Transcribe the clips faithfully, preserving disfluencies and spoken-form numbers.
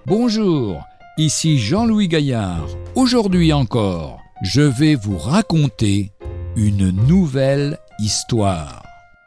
Bonjour, ici Jean-Louis Gaillard. Aujourd'hui encore, je vais vous raconter une nouvelle histoire.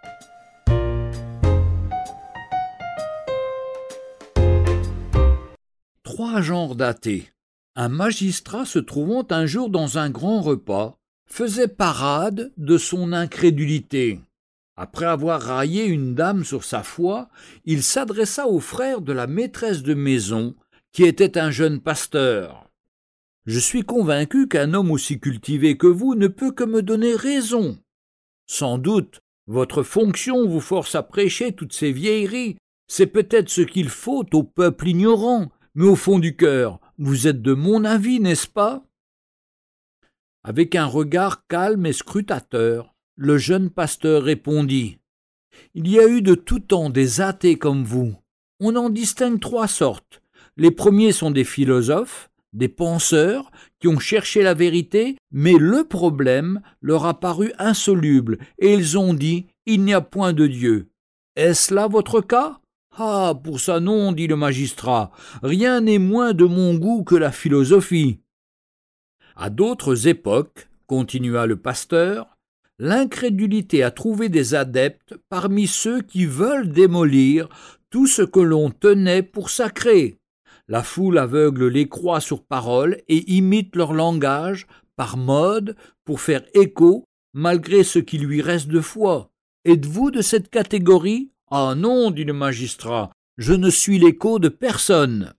Trois genres d'athées. Un magistrat se trouvant un jour dans un grand repas faisait parade de son incrédulité. Après avoir raillé une dame sur sa foi, il s'adressa au frère de la maîtresse de maison, qui était un jeune pasteur. « Je suis convaincu qu'un homme aussi cultivé que vous ne peut que me donner raison. Sans doute, votre fonction vous force à prêcher toutes ces vieilleries. C'est peut-être ce qu'il faut au peuple ignorant, mais au fond du cœur, vous êtes de mon avis, n'est-ce pas ?» Avec un regard calme et scrutateur, le jeune pasteur répondit : « Il y a eu de tout temps des athées comme vous. On en distingue trois sortes. Les premiers sont des philosophes, des penseurs qui ont cherché la vérité, mais le problème leur a paru insoluble et ils ont dit « Il n'y a point de Dieu ». Est-ce là votre cas ? Ah, pour ça non, dit le magistrat, rien n'est moins de mon goût que la philosophie. À d'autres époques, continua le pasteur, l'incrédulité a trouvé des adeptes parmi ceux qui veulent démolir tout ce que l'on tenait pour sacré. La foule aveugle les croit sur parole et imite leur langage par mode pour faire écho malgré ce qui lui reste de foi. Êtes-vous de cette catégorie ? Ah non, dit le magistrat, je ne suis l'écho de personne.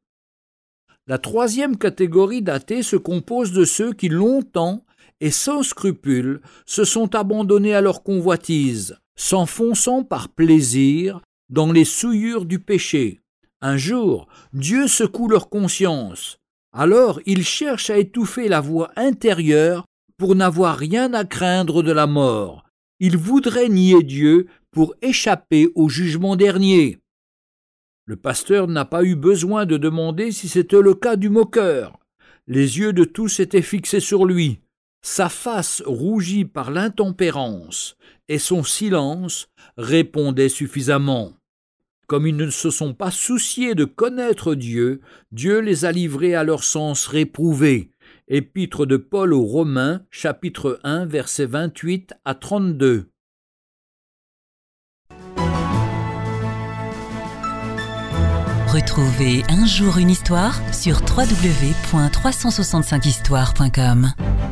La troisième catégorie d'athées se compose de ceux qui longtemps et sans scrupule se sont abandonnés à leur convoitise, s'enfonçant par plaisir dans les souillures du péché. Un jour, Dieu secoue leur conscience. Alors, ils cherchent à étouffer la voix intérieure pour n'avoir rien à craindre de la mort. Ils voudraient nier Dieu pour échapper au jugement dernier. Le pasteur n'a pas eu besoin de demander si c'était le cas du moqueur. Les yeux de tous étaient fixés sur lui. Sa face rougie par l'intempérance et son silence répondaient suffisamment. Comme ils ne se sont pas souciés de connaître Dieu, Dieu les a livrés à leur sens réprouvé. Épître de Paul aux Romains, chapitre un, versets vingt-huit à trente-deux. Retrouvez Un jour une histoire sur w w w point trois cent soixante-cinq histoire point com.